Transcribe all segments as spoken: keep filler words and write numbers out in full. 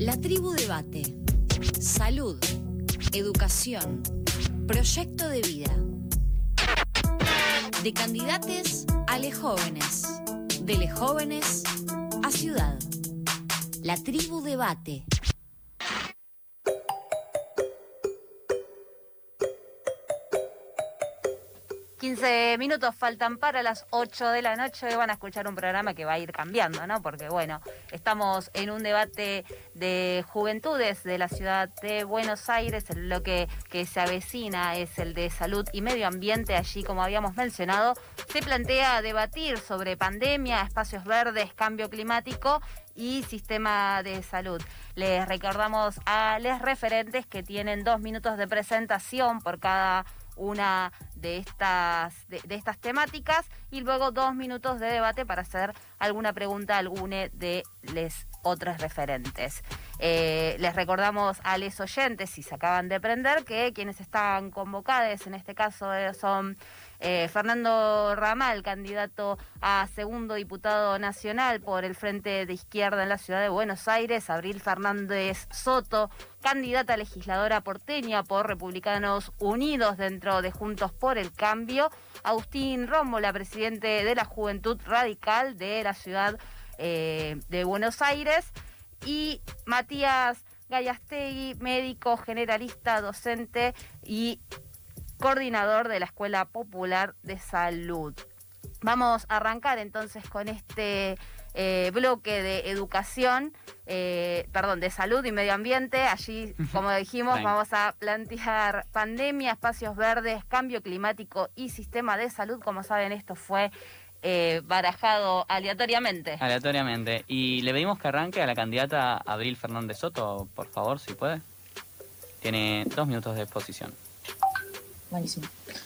La tribu debate. Salud, educación, proyecto de vida. De candidates a les jóvenes, de les jóvenes a ciudad. La tribu debate. quince minutos faltan para las ocho de la noche. Van a escuchar un programa que va a ir cambiando, ¿no? Porque, bueno, estamos en un debate de juventudes de la ciudad de Buenos Aires. El bloque que se avecina es el de salud y medio ambiente. Allí, como habíamos mencionado, se plantea debatir sobre pandemia, espacios verdes, cambio climático y sistema de salud. Les recordamos a los referentes que tienen dos minutos de presentación por cada una de estas, de, de estas temáticas y luego dos minutos de debate para hacer alguna pregunta a alguno de los otros referentes. Eh, les recordamos a los oyentes, si se acaban de prender, que quienes están convocados en este caso eh, son eh, Fernando Ramal, candidato a segundo diputado nacional por el Frente de Izquierda en la ciudad de Buenos Aires, Abril Fernández Soto, candidata a legisladora porteña por Republicanos Unidos dentro de Juntos por el Cambio, Agustín Rómbola, presidente de la Juventud Radical de la ciudad eh, de Buenos Aires, y Matías Gallastegui, médico generalista, docente y coordinador de la Escuela Popular de Salud. Vamos a arrancar entonces con este eh, bloque de educación, eh, perdón, de salud y medio ambiente. Allí, como dijimos, vamos a plantear pandemia, espacios verdes, cambio climático y sistema de salud. Como saben, esto fue eh, barajado aleatoriamente. Aleatoriamente. Y le pedimos que arranque a la candidata Abril Fernández Soto, por favor, si puede. Tiene dos minutos de exposición. Buenísimo.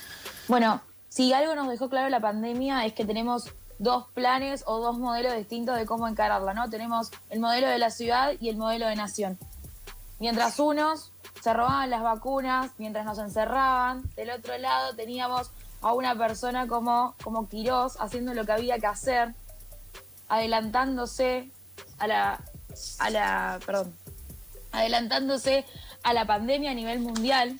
Bueno, si algo nos dejó claro la pandemia es que tenemos dos planes o dos modelos distintos de cómo encararla, ¿no? Tenemos el modelo de la ciudad y el modelo de nación. Mientras unos se robaban las vacunas, mientras nos encerraban, del otro lado teníamos a una persona como, como Quirós haciendo lo que había que hacer, adelantándose a la, a la, perdón, adelantándose a la pandemia a nivel mundial.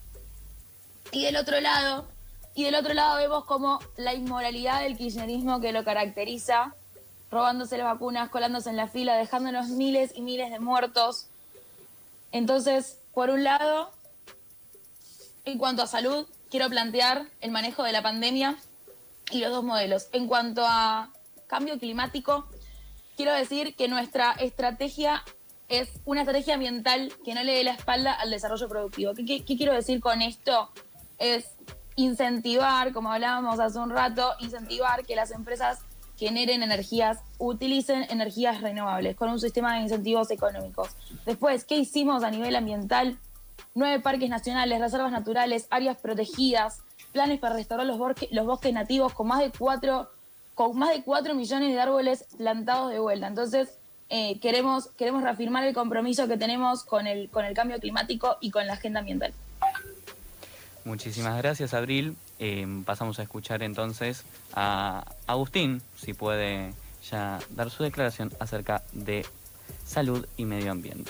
Y del otro lado, y del otro lado vemos como la inmoralidad del kirchnerismo que lo caracteriza, robándose las vacunas, colándose en la fila, dejándonos miles y miles de muertos. Entonces, por un lado, en cuanto a salud, quiero plantear el manejo de la pandemia y los dos modelos. En cuanto a cambio climático, quiero decir que nuestra estrategia es una estrategia ambiental que no le dé la espalda al desarrollo productivo. ¿Qué, qué, qué quiero decir con esto? Es incentivar, como hablábamos hace un rato, incentivar que las empresas generen energías, utilicen energías renovables con un sistema de incentivos económicos. Después, ¿qué hicimos a nivel ambiental? Nueve parques nacionales, reservas naturales, áreas protegidas, planes para restaurar los bosques, los bosques nativos con más de cuatro, con más de cuatro millones de árboles plantados de vuelta. Entonces, eh, queremos, queremos reafirmar el compromiso que tenemos con el, con el cambio climático y con la agenda ambiental. Muchísimas gracias, Abril. Eh, pasamos a escuchar entonces a Agustín, si puede ya dar su declaración acerca de salud y medio ambiente.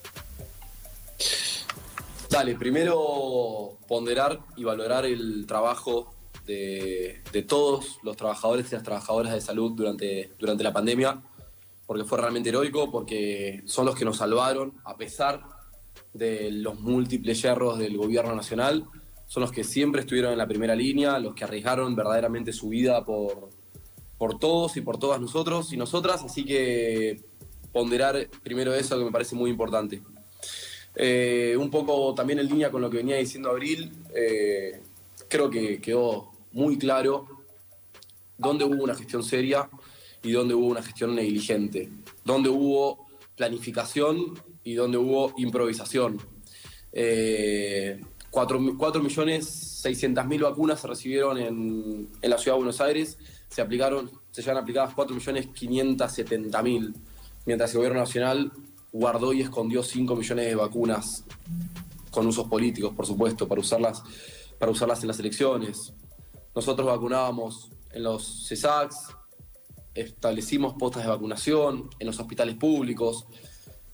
Dale, primero ponderar y valorar el trabajo de, de todos los trabajadores y las trabajadoras de salud durante, durante la pandemia, porque fue realmente heroico, porque son los que nos salvaron a pesar de los múltiples yerros del gobierno nacional. Son los que siempre estuvieron en la primera línea, los que arriesgaron verdaderamente su vida por, por todos y por todas nosotros y nosotras, así que ponderar primero eso, que me parece muy importante. Eh, un poco también en línea con lo que venía diciendo Abril, eh, creo que quedó muy claro dónde hubo una gestión seria y dónde hubo una gestión negligente, dónde hubo planificación y dónde hubo improvisación. Eh, cuatro millones seiscientas mil vacunas se recibieron en, en la ciudad de Buenos Aires, se aplicaron, se llevan aplicadas cuatro millones quinientos setenta mil, mientras el gobierno nacional guardó y escondió cinco millones de vacunas con usos políticos, por supuesto, para usarlas, para usarlas en las elecciones. Nosotros vacunábamos en los C E S A Cs, establecimos postas de vacunación en los hospitales públicos,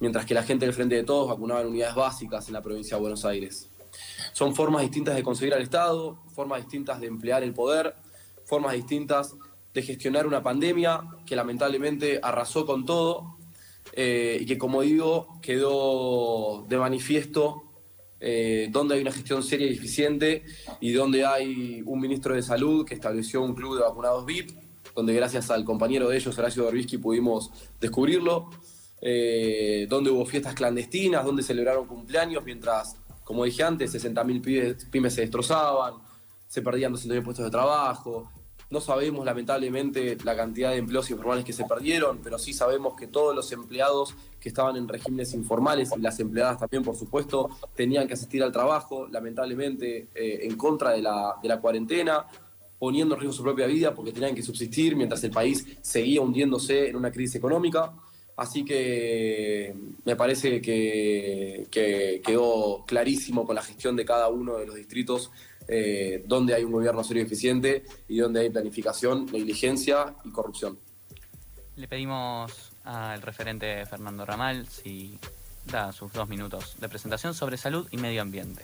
mientras que la gente del Frente de Todos vacunaba en unidades básicas en la provincia de Buenos Aires. Son formas distintas de conseguir al Estado, formas distintas de emplear el poder, formas distintas de gestionar una pandemia que lamentablemente arrasó con todo eh, y que, como digo, quedó de manifiesto eh, donde hay una gestión seria y eficiente y donde hay un ministro de Salud que estableció un club de vacunados V I P, donde gracias al compañero de ellos, Horacio Berbisky, pudimos descubrirlo, eh, donde hubo fiestas clandestinas, donde celebraron cumpleaños, mientras, como dije antes, sesenta mil pymes se destrozaban, se perdían doscientos mil puestos de trabajo. No sabemos, lamentablemente, la cantidad de empleos informales que se perdieron, pero sí sabemos que todos los empleados que estaban en regímenes informales, y las empleadas también, por supuesto, tenían que asistir al trabajo, lamentablemente, eh, en contra de la, de la cuarentena, poniendo en riesgo su propia vida porque tenían que subsistir mientras el país seguía hundiéndose en una crisis económica. Así que me parece que, que quedó clarísimo con la gestión de cada uno de los distritos eh, donde hay un gobierno serio y eficiente y donde hay planificación, negligencia y corrupción. Le pedimos al referente Fernando Ramal si da sus dos minutos de presentación sobre salud y medio ambiente.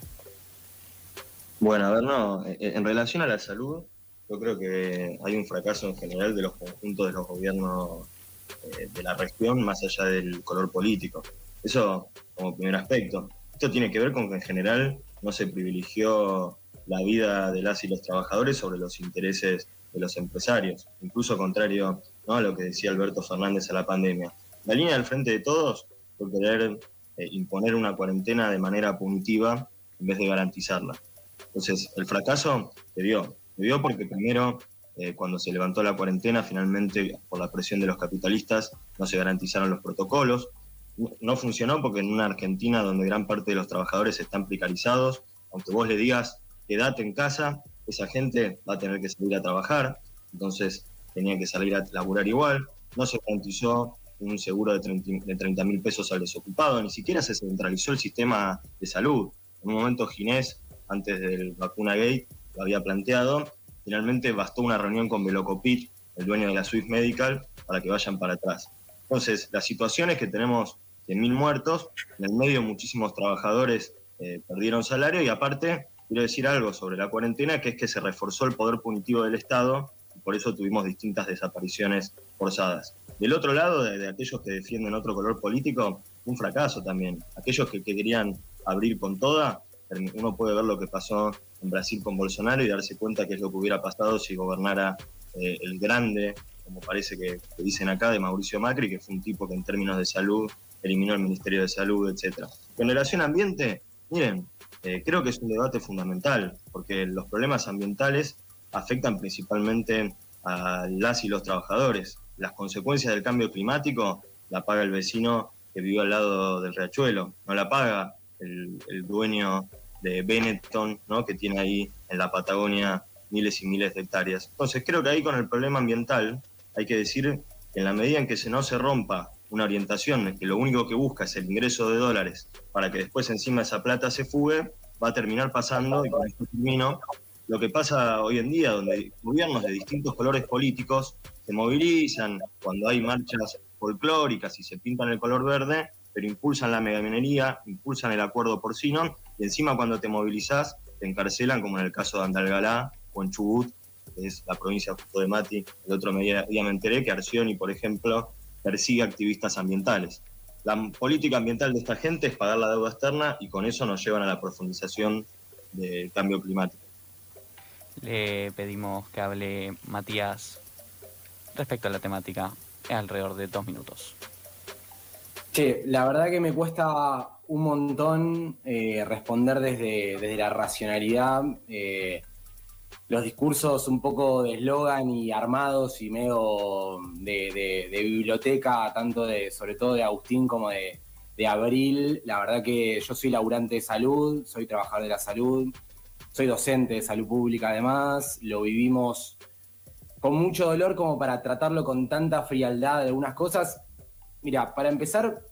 Bueno, a ver, no, en relación a la salud, yo creo que hay un fracaso en general de los conjuntos de los gobiernos eh, de la región, más allá del color político. Eso como primer aspecto. Esto tiene que ver con que en general no se privilegió la vida de las y los trabajadores sobre los intereses de los empresarios, incluso contrario, ¿no?, a lo que decía Alberto Fernández a la pandemia. La línea del Frente de Todos fue querer eh, imponer una cuarentena de manera punitiva en vez de garantizarla. Entonces, el fracaso se dio. Se dio porque primero, eh, cuando se levantó la cuarentena, finalmente, por la presión de los capitalistas, no se garantizaron los protocolos. No funcionó porque en una Argentina donde gran parte de los trabajadores están precarizados, aunque vos le digas, quedate en casa, esa gente va a tener que salir a trabajar, entonces tenía que salir a laburar igual. No se garantizó un seguro de treinta mil pesos al desocupado, ni siquiera se centralizó el sistema de salud. En un momento Ginés, antes del vacuna gate, lo había planteado. Finalmente bastó una reunión con Velocopit, el dueño de la Swiss Medical, para que vayan para atrás. Entonces, la situación es que tenemos cien mil muertos, en el medio muchísimos trabajadores eh, perdieron salario y aparte, quiero decir algo sobre la cuarentena, que es que se reforzó el poder punitivo del Estado y por eso tuvimos distintas desapariciones forzadas. Del otro lado, de, de aquellos que defienden otro color político, un fracaso también. Aquellos que, que querían abrir con toda, uno puede ver lo que pasó en Brasil con Bolsonaro y darse cuenta que es lo que hubiera pasado si gobernara eh, el grande, como parece que, que dicen acá, de Mauricio Macri, que fue un tipo que en términos de salud eliminó el Ministerio de Salud, etcétera. En relación a ambiente, miren, eh, creo que es un debate fundamental, porque los problemas ambientales afectan principalmente a las y los trabajadores. Las consecuencias del cambio climático la paga el vecino que vive al lado del riachuelo, no la paga el, el dueño de Benetton, ¿no?, que tiene ahí en la Patagonia miles y miles de hectáreas. Entonces creo que ahí con el problema ambiental hay que decir que en la medida en que se no se rompa una orientación que lo único que busca es el ingreso de dólares para que después encima esa plata se fugue, va a terminar pasando, y con esto termino, lo que pasa hoy en día, donde gobiernos de distintos colores políticos se movilizan cuando hay marchas folclóricas y se pintan el color verde, pero impulsan la megaminería, impulsan el acuerdo porcino, y encima cuando te movilizás te encarcelan, como en el caso de Andalgalá o en Chubut, que es la provincia justo de Mati. El otro día me enteré que Arcioni, por ejemplo, persigue activistas ambientales. La política ambiental de esta gente es pagar la deuda externa y con eso nos llevan a la profundización del cambio climático. Le pedimos que hable Matías respecto a la temática en alrededor de dos minutos. Sí, la verdad que me cuesta un montón eh, responder desde, desde la racionalidad. Eh, los discursos un poco de eslogan y armados y medio de, de, de biblioteca, tanto de, sobre todo de Agustín como de, de Abril. La verdad que yo soy laburante de salud, soy trabajador de la salud, soy docente de salud pública además, lo vivimos con mucho dolor como para tratarlo con tanta frialdad de algunas cosas. Mira, para empezar,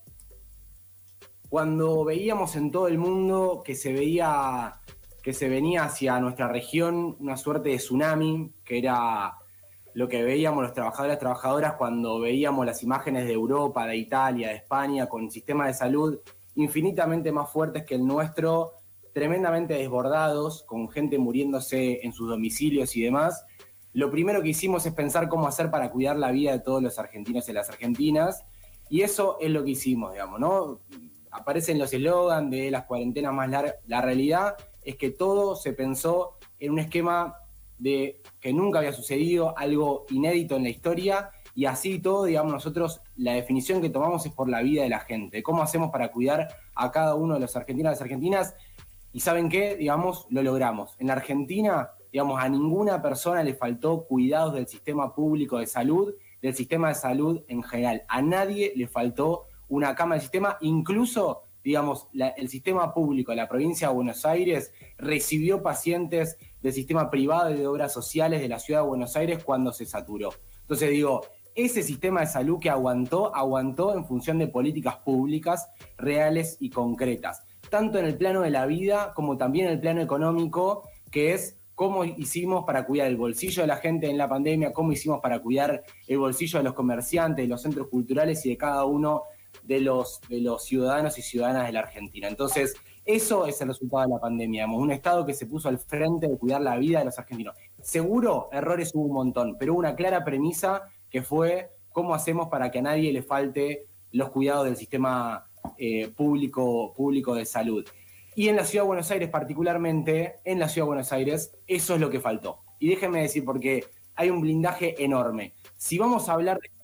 cuando veíamos en todo el mundo que se veía que se venía hacia nuestra región una suerte de tsunami, que era lo que veíamos los trabajadores y trabajadoras cuando veíamos las imágenes de Europa, de Italia, de España, con sistemas de salud infinitamente más fuertes que el nuestro, tremendamente desbordados, con gente muriéndose en sus domicilios y demás. Lo primero que hicimos es pensar cómo hacer para cuidar la vida de todos los argentinos y las argentinas, y eso es lo que hicimos, digamos, ¿no? Aparecen los eslogans de las cuarentenas más largas. La realidad es que todo se pensó en un esquema de que nunca había sucedido, algo inédito en la historia, y así todo, digamos, nosotros la definición que tomamos es por la vida de la gente. ¿Cómo hacemos para cuidar a cada uno de los argentinos y las argentinas? Y ¿saben qué? Digamos, lo logramos. En la Argentina, digamos, a ninguna persona le faltó cuidados del sistema público de salud, del sistema de salud en general. A nadie le faltó una cama del sistema, incluso, digamos, la, el sistema público de la provincia de Buenos Aires recibió pacientes del sistema privado y de obras sociales de la ciudad de Buenos Aires cuando se saturó. Entonces digo, ese sistema de salud que aguantó, aguantó en función de políticas públicas reales y concretas, tanto en el plano de la vida como también en el plano económico, que es cómo hicimos para cuidar el bolsillo de la gente en la pandemia, cómo hicimos para cuidar el bolsillo de los comerciantes, de los centros culturales y de cada uno de los, de los ciudadanos y ciudadanas de la Argentina. Entonces, eso es el resultado de la pandemia, digamos, un Estado que se puso al frente de cuidar la vida de los argentinos. Seguro, errores hubo un montón, pero hubo una clara premisa que fue cómo hacemos para que a nadie le falte los cuidados del sistema eh, público, público de salud. Y en la Ciudad de Buenos Aires particularmente, en la Ciudad de Buenos Aires, eso es lo que faltó. Y déjenme decir, porque hay un blindaje enorme. Si vamos a hablar de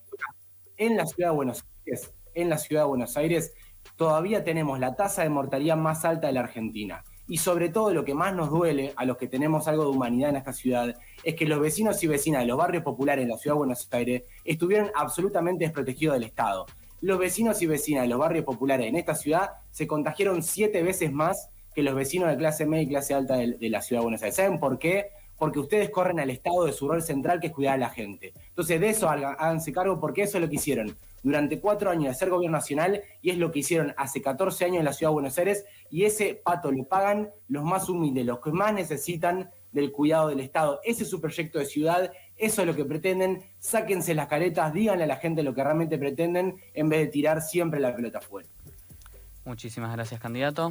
en la Ciudad de Buenos Aires, en la Ciudad de Buenos Aires, todavía tenemos la tasa de mortalidad más alta de la Argentina. Y sobre todo lo que más nos duele a los que tenemos algo de humanidad en esta ciudad es que los vecinos y vecinas de los barrios populares en la Ciudad de Buenos Aires estuvieron absolutamente desprotegidos del Estado. Los vecinos y vecinas de los barrios populares en esta ciudad se contagiaron siete veces más que los vecinos de clase media y clase alta de, de la Ciudad de Buenos Aires. ¿Saben por qué? Porque ustedes corren al Estado de su rol central, que es cuidar a la gente. Entonces de eso háganse cargo, porque eso es lo que hicieron durante cuatro años de ser gobierno nacional y es lo que hicieron hace catorce años en la Ciudad de Buenos Aires, y ese pato lo pagan los más humildes, los que más necesitan del cuidado del Estado. Ese es su proyecto de ciudad, eso es lo que pretenden. Sáquense las caretas, díganle a la gente lo que realmente pretenden en vez de tirar siempre la pelota afuera. Muchísimas gracias, candidato.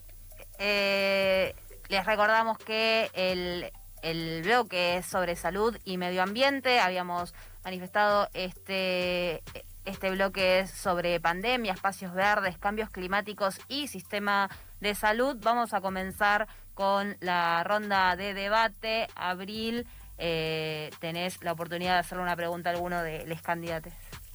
Eh, les recordamos que el, el bloque es sobre salud y medio ambiente. Habíamos manifestado este, este bloque es sobre pandemia, espacios verdes, cambios climáticos y sistema de salud. Vamos a comenzar con la ronda de debate. Abril, eh, tenés la oportunidad de hacerle una pregunta a alguno de los candidatos.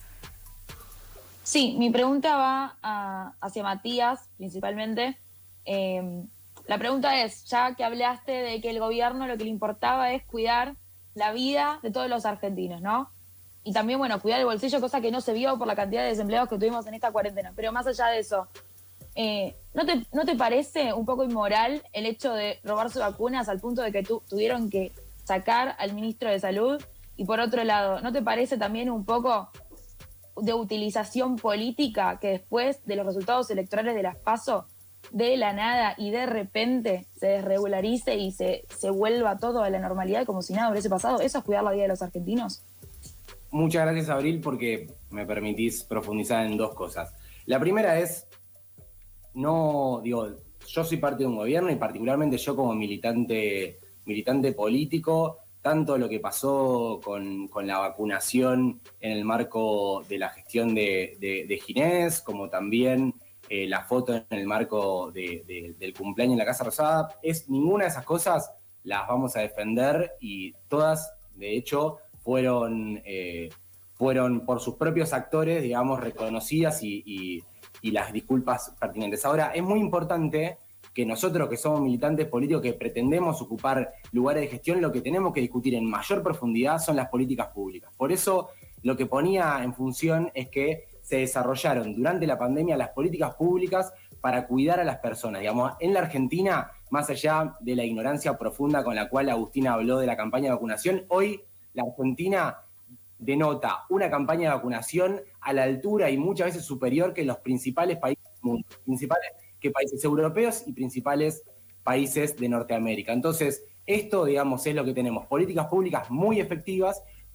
Sí, mi pregunta va a, hacia Matías, principalmente. Eh, la pregunta es, ya que hablaste de que el gobierno lo que le importaba es cuidar la vida de todos los argentinos, ¿no? Y también, bueno, cuidar el bolsillo, cosa que no se vio por la cantidad de desempleados que tuvimos en esta cuarentena. Pero más allá de eso, eh, ¿no te, ¿no te parece un poco inmoral el hecho de robarse vacunas al punto de que tu, tuvieron que sacar al ministro de Salud? Y por otro lado, ¿no te parece también un poco de utilización política que después de los resultados electorales de las PASO, de la nada y de repente se desregularice y se, se vuelva todo a la normalidad como si nada hubiese pasado? ¿Eso es cuidar la vida de los argentinos? Muchas gracias, Abril, porque me permitís profundizar en dos cosas. La primera es, no, digo, yo soy parte de un gobierno y particularmente yo como militante, militante político, tanto lo que pasó con, con la vacunación en el marco de la gestión de, de, de Ginés, como también eh, la foto en el marco de, de, del cumpleaños en la Casa Rosada, es, ninguna de esas cosas las vamos a defender y todas, de hecho, fueron, eh, fueron por sus propios actores, digamos, reconocidas y, y, y las disculpas pertinentes. Ahora, es muy importante que nosotros que somos militantes políticos que pretendemos ocupar lugares de gestión, lo que tenemos que discutir en mayor profundidad son las políticas públicas. Por eso lo que ponía en función es que se desarrollaron durante la pandemia las políticas públicas para cuidar a las personas. Digamos, en la Argentina, más allá de la ignorancia profunda con la cual Agustina habló de la campaña de vacunación, hoy la Argentina denota una campaña de vacunación a la altura y muchas veces superior que los principales países del mundo, principales que países europeos y principales países de Norteamérica. Entonces, esto, digamos, es lo que tenemos, políticas públicas muy efectivas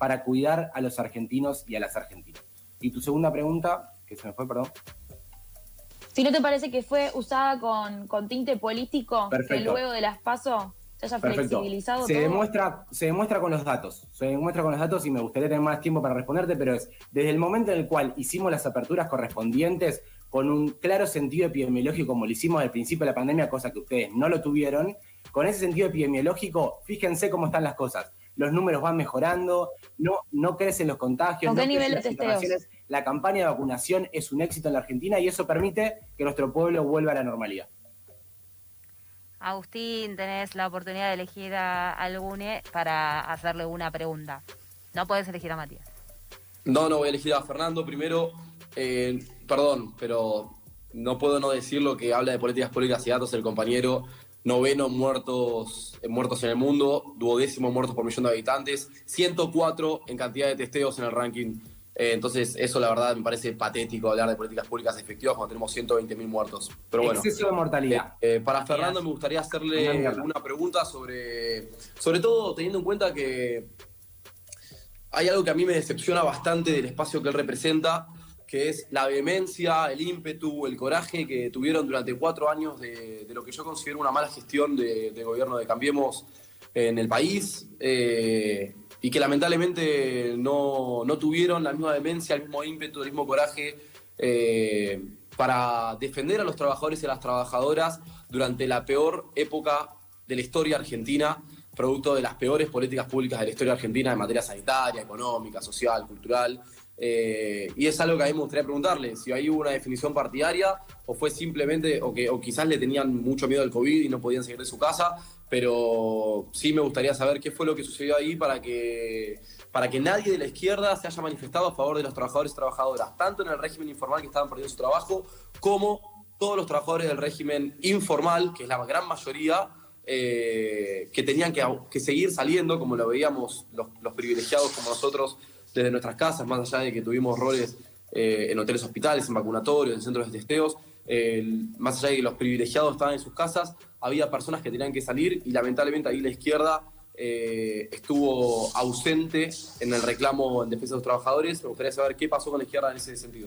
para cuidar a los argentinos y a las argentinas. Y tu segunda pregunta, que se me fue, perdón. Si no te parece que fue usada con, con tinte político, Perfecto. que luego de las PASO se haya Perfecto. flexibilizado Se todo. demuestra, se demuestra con los datos. Se demuestra con los datos y me gustaría tener más tiempo para responderte, pero es desde el momento en el cual hicimos las aperturas correspondientes con un claro sentido epidemiológico, como lo hicimos al principio de la pandemia, cosa que ustedes no lo tuvieron. Con ese sentido epidemiológico, fíjense cómo están las cosas. Los números van mejorando, no, no crecen los contagios, ¿Con qué no nivel crecen de las testeos? internaciones. La campaña de vacunación es un éxito en la Argentina y eso permite que nuestro pueblo vuelva a la normalidad. Agustín, tenés la oportunidad de elegir a Algune para hacerle una pregunta. No podés elegir a Matías. No, no, voy a elegir a Fernando primero. Eh, perdón, pero no puedo no decir lo que habla de políticas públicas y datos el compañero. Noveno muertos, muertos en el mundo, duodécimo muertos por millón de habitantes, ciento cuatro en cantidad de testeos en el ranking. Eh, entonces, eso la verdad me parece patético hablar de políticas públicas efectivas cuando tenemos ciento veinte mil muertos. Pero bueno, exceso de mortalidad. Eh, eh, para Fernando me gustaría hacerle una pregunta sobre, sobre todo teniendo en cuenta que hay algo que a mí me decepciona bastante del espacio que él representa, que es la vehemencia, el ímpetu, el coraje que tuvieron durante cuatro años de, de lo que yo considero una mala gestión de, de gobierno de Cambiemos en el país, eh, y que lamentablemente no, no tuvieron la misma vehemencia, el mismo ímpetu, el mismo coraje eh, para defender a los trabajadores y a las trabajadoras durante la peor época de la historia argentina, producto de las peores políticas públicas de la historia argentina en materia sanitaria, económica, social, cultural. Eh, y es algo que a mí me gustaría preguntarle, si ahí hubo una definición partidaria o fue simplemente, o, que, o quizás le tenían mucho miedo al COVID y no podían salir de su casa, pero sí me gustaría saber qué fue lo que sucedió ahí para que, para que nadie de la izquierda se haya manifestado a favor de los trabajadores y trabajadoras, tanto en el régimen informal que estaban perdiendo su trabajo, como todos los trabajadores del régimen informal, que es la gran mayoría, eh, que tenían que, que seguir saliendo, como lo veíamos los, los privilegiados como nosotros, desde nuestras casas, más allá de que tuvimos roles eh, en hoteles hospitales, en vacunatorios, en centros de testeos, eh, más allá de que los privilegiados estaban en sus casas, había personas que tenían que salir y lamentablemente ahí la izquierda eh, estuvo ausente en el reclamo en defensa de los trabajadores. Me gustaría saber qué pasó con la izquierda en ese sentido.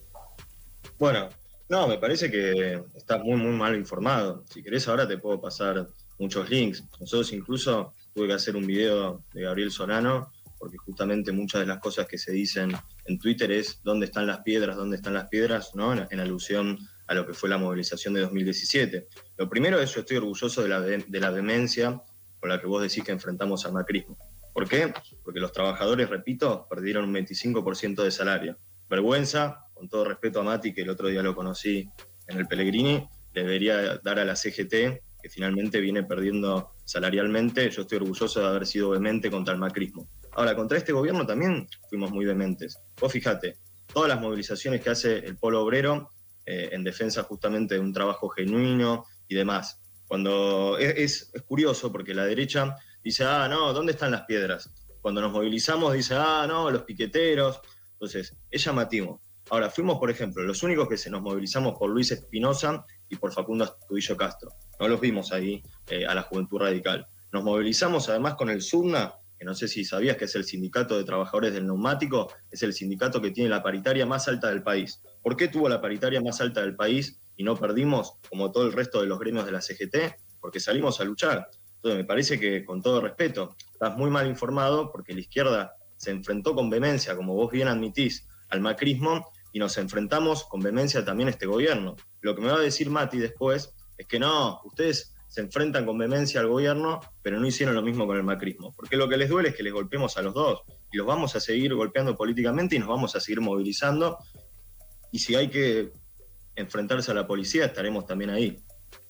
Bueno, no, me parece que estás muy, muy mal informado. Si querés ahora te puedo pasar muchos links. Nosotros incluso tuve que hacer un video de Gabriel Solano, porque justamente muchas de las cosas que se dicen en Twitter es dónde están las piedras, dónde están las piedras, ¿no? En, en alusión a lo que fue la movilización de dos mil diecisiete. Lo primero es, yo estoy orgulloso de la, de la vehemencia con la que vos decís que enfrentamos al macrismo. ¿Por qué? Porque los trabajadores, repito, perdieron un veinticinco por ciento de salario. Vergüenza, con todo respeto a Mati, que el otro día lo conocí en el Pellegrini, le debería dar a la C G T, que finalmente viene perdiendo salarialmente. Yo estoy orgulloso de haber sido vehemente contra el macrismo. Ahora, contra este gobierno también fuimos muy vehementes. Vos fijate, todas las movilizaciones que hace el Polo Obrero eh, en defensa justamente de un trabajo genuino y demás. Cuando es, es, es curioso porque la derecha dice, ah, no, ¿dónde están las piedras? Cuando nos movilizamos dice, ah, no, los piqueteros. Entonces, es llamativo. Ahora, fuimos, por ejemplo, los únicos que se nos movilizamos por Luis Espinosa y por Facundo Astudillo Castro. No los vimos ahí eh, a la Juventud Radical. Nos movilizamos además con el SUDNA, que no sé si sabías que es el sindicato de trabajadores del neumático, es el sindicato que tiene la paritaria más alta del país. ¿Por qué tuvo la paritaria más alta del país y no perdimos como todo el resto de los gremios de la C G T? Porque salimos a luchar. Entonces me parece que, con todo respeto, estás muy mal informado porque la izquierda se enfrentó con vehemencia, como vos bien admitís, al macrismo, y nos enfrentamos con vehemencia también a este gobierno. Lo que me va a decir Mati después es que no, ustedes se enfrentan con vehemencia al gobierno, pero no hicieron lo mismo con el macrismo. Porque lo que les duele es que les golpeemos a los dos, y los vamos a seguir golpeando políticamente y nos vamos a seguir movilizando, y si hay que enfrentarse a la policía, estaremos también ahí.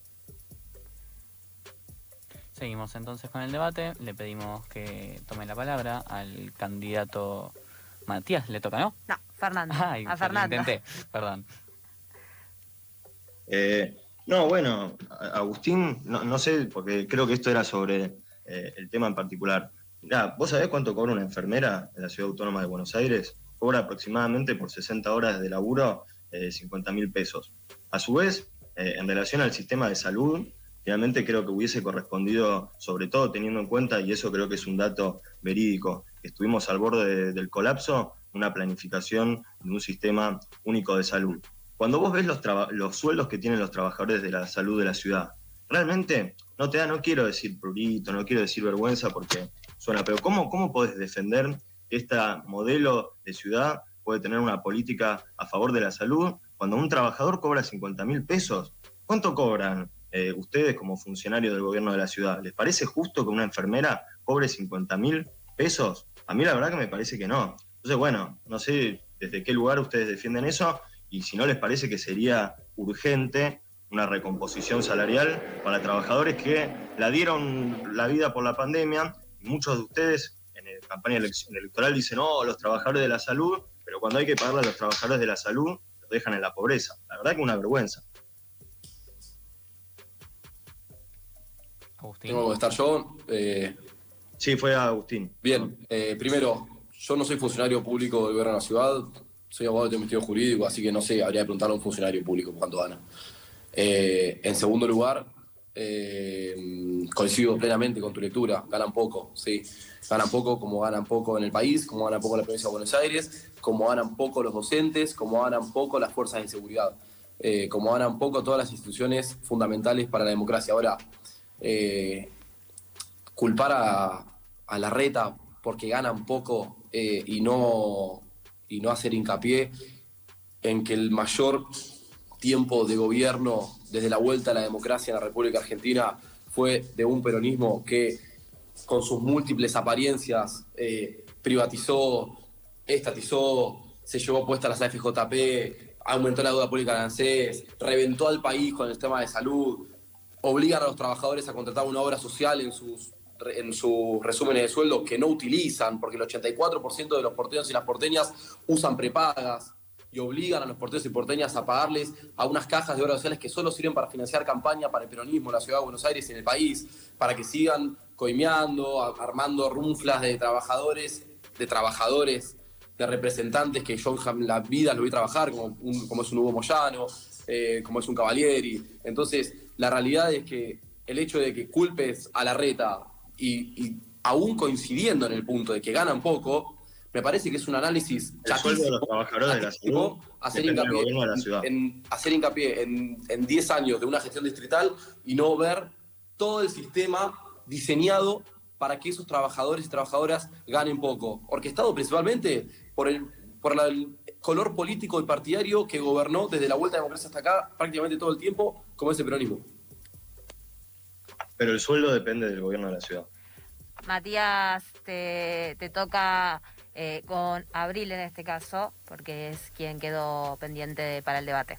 Seguimos entonces con el debate, le pedimos que tome la palabra al candidato Matías, ¿le toca, no? No, Fernando, Ay, a Fernando. Intenté, perdón. Eh... No, bueno, Agustín, no, no sé, porque creo que esto era sobre eh, el tema en particular. Mirá, ¿vos sabés cuánto cobra una enfermera en la Ciudad Autónoma de Buenos Aires? Cobra aproximadamente por sesenta horas de laburo eh, cincuenta mil pesos. A su vez, eh, en relación al sistema de salud, finalmente creo que hubiese correspondido, sobre todo teniendo en cuenta, y eso creo que es un dato verídico, estuvimos al borde de, del colapso, una planificación de un sistema único de salud. Cuando vos ves los, los sueldos que tienen los trabajadores de la salud de la ciudad, realmente no te da, no quiero decir prurito, no quiero decir vergüenza porque suena, pero ¿cómo, cómo podés defender que este modelo de ciudad puede tener una política a favor de la salud cuando un trabajador cobra cincuenta mil pesos? ¿Cuánto cobran eh, ustedes como funcionarios del gobierno de la ciudad? ¿Les parece justo que una enfermera cobre cincuenta mil pesos? A mí la verdad que me parece que no. Entonces, bueno, no sé desde qué lugar ustedes defienden eso y si no les parece que sería urgente una recomposición salarial para trabajadores que la dieron la vida por la pandemia. Y muchos de ustedes en la campaña electoral dicen, no, los trabajadores de la salud, pero cuando hay que pagarle a los trabajadores de la salud, los dejan en la pobreza. La verdad que es una vergüenza. Agustín. Tengo que estar yo. Eh... Sí, fue Agustín. Bien, eh, primero, yo no soy funcionario público del gobierno de la ciudad, soy abogado de investigación jurídico, así que no sé, habría que preguntarle a un funcionario público cuánto gana. Eh, en segundo lugar, eh, coincido plenamente con tu lectura, ganan poco, sí. Ganan poco como ganan poco en el país, como ganan poco en la provincia de Buenos Aires, como ganan poco los docentes, como ganan poco las fuerzas de seguridad, eh, como ganan poco todas las instituciones fundamentales para la democracia. Ahora, eh, culpar a, a la reta porque ganan poco eh, y, no, y no hacer hincapié en que el mayor tiempo de gobierno desde la vuelta a la democracia en la República Argentina fue de un peronismo que con sus múltiples apariencias eh, privatizó, estatizó, se llevó puesta las A F J P, aumentó la deuda pública de ANSES, reventó al país con el tema de salud, obligan a los trabajadores a contratar una obra social en sus, en sus resúmenes de sueldo que no utilizan, porque el ochenta y cuatro por ciento de los porteños y las porteñas usan prepagas, y obligan a los porteños y porteñas a pagarles a unas cajas de obras sociales que solo sirven para financiar campaña para el peronismo en la ciudad de Buenos Aires y en el país, para que sigan coimeando, armando runflas de trabajadores, de trabajadores, de representantes que yo en la vida los vi trabajar, como, un, como es un Hugo Moyano, eh, como es un Cavalieri. Entonces, la realidad es que el hecho de que culpes a la reta y, y aún coincidiendo en el punto de que ganan poco, me parece que es un análisis el sueldo de los trabajadores de la ciudad hacer hincapié, de la ciudad. En, en hacer hincapié en, en diez años de una gestión distrital y no ver todo el sistema diseñado para que esos trabajadores y trabajadoras ganen poco, orquestado principalmente por el, por la, el color político y partidario que gobernó desde la vuelta de la democracia hasta acá prácticamente todo el tiempo, como es el peronismo. Pero el sueldo depende del gobierno de la ciudad. Matías, te, te toca eh, con Abril en este caso, porque es quien quedó pendiente de, para el debate.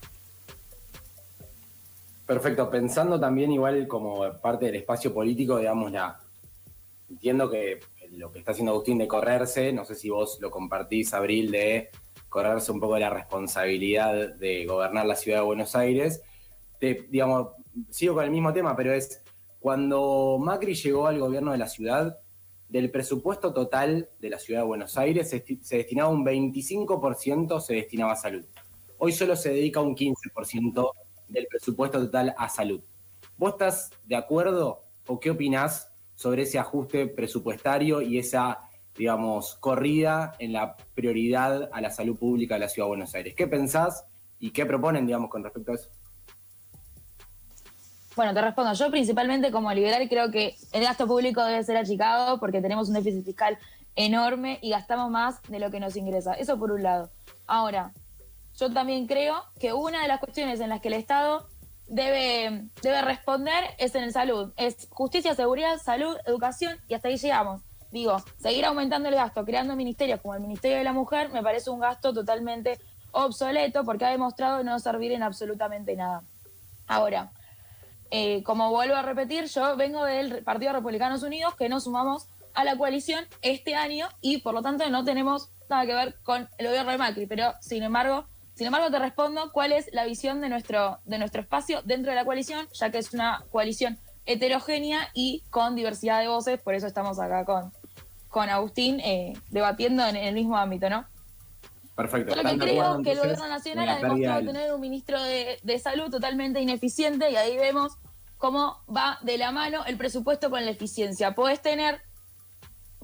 Perfecto, pensando también igual como parte del espacio político, digamos, la, entiendo que lo que está haciendo Agustín de correrse, no sé si vos lo compartís, Abril, de correrse un poco de la responsabilidad de gobernar la ciudad de Buenos Aires. Te, digamos, sigo con el mismo tema, pero es cuando Macri llegó al gobierno de la ciudad, del presupuesto total de la ciudad de Buenos Aires se, se destinaba un veinticinco por ciento se destinaba a salud. Hoy solo se dedica un quince por ciento del presupuesto total a salud. ¿Vos estás de acuerdo o qué opinás sobre ese ajuste presupuestario y esa, digamos, corrida en la prioridad a la salud pública de la ciudad de Buenos Aires? ¿Qué pensás y qué proponen, digamos, con respecto a eso? Bueno, te respondo. Yo principalmente como liberal creo que el gasto público debe ser achicado porque tenemos un déficit fiscal enorme y gastamos más de lo que nos ingresa. Eso por un lado. Ahora, yo también creo que una de las cuestiones en las que el Estado debe, debe responder es en el salud. Es justicia, seguridad, salud, educación y hasta ahí llegamos. Digo, seguir aumentando el gasto, creando ministerios como el Ministerio de la Mujer me parece un gasto totalmente obsoleto porque ha demostrado no servir en absolutamente nada. Ahora, eh, como vuelvo a repetir, yo vengo del Partido Republicanos Unidos que nos sumamos a la coalición este año y por lo tanto no tenemos nada que ver con el gobierno de Macri, pero sin embargo, sin embargo te respondo cuál es la visión de nuestro, de nuestro espacio dentro de la coalición, ya que es una coalición heterogénea y con diversidad de voces, por eso estamos acá con, con Agustín eh, debatiendo en, en el mismo ámbito, ¿no? Perfecto. Yo lo que creo que el gobierno nacional ha demostrado tener un ministro de, de salud totalmente ineficiente y ahí vemos cómo va de la mano el presupuesto con la eficiencia. Podés tener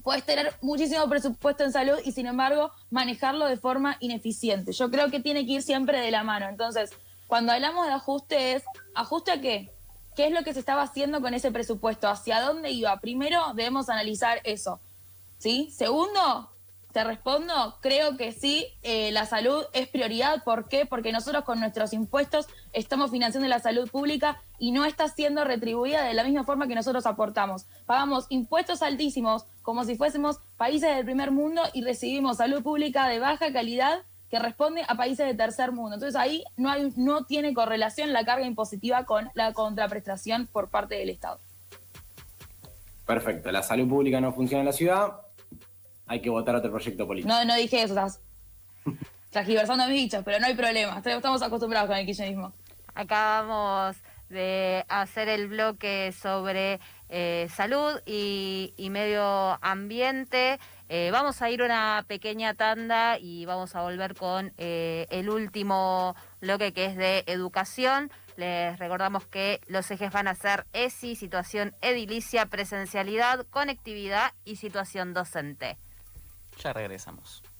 Puedes tener muchísimo presupuesto en salud y sin embargo manejarlo de forma ineficiente. Yo creo que tiene que ir siempre de la mano. Entonces, cuando hablamos de ajuste es, ¿ajuste a qué? ¿Qué es lo que se estaba haciendo con ese presupuesto? ¿Hacia dónde iba? Primero debemos analizar eso, ¿sí? Segundo, te respondo, creo que sí, eh, la salud es prioridad. ¿Por qué? Porque nosotros con nuestros impuestos estamos financiando la salud pública y no está siendo retribuida de la misma forma que nosotros aportamos. Pagamos impuestos altísimos como si fuésemos países del primer mundo y recibimos salud pública de baja calidad que responde a países de tercer mundo. Entonces ahí no, hay, no tiene correlación la carga impositiva con la contraprestación por parte del Estado. Perfecto, la salud pública no funciona en la ciudad, hay que votar otro proyecto político. No, no dije eso, estás transgiversando mis dichos, pero no hay problema, estamos acostumbrados con el kirchnerismo. Acabamos de hacer el bloque sobre eh, salud y, y medio ambiente. Eh, vamos a ir una pequeña tanda y vamos a volver con eh, el último bloque, que es de educación. Les recordamos que los ejes van a ser E S I, situación edilicia, presencialidad, conectividad y situación docente. Ya regresamos.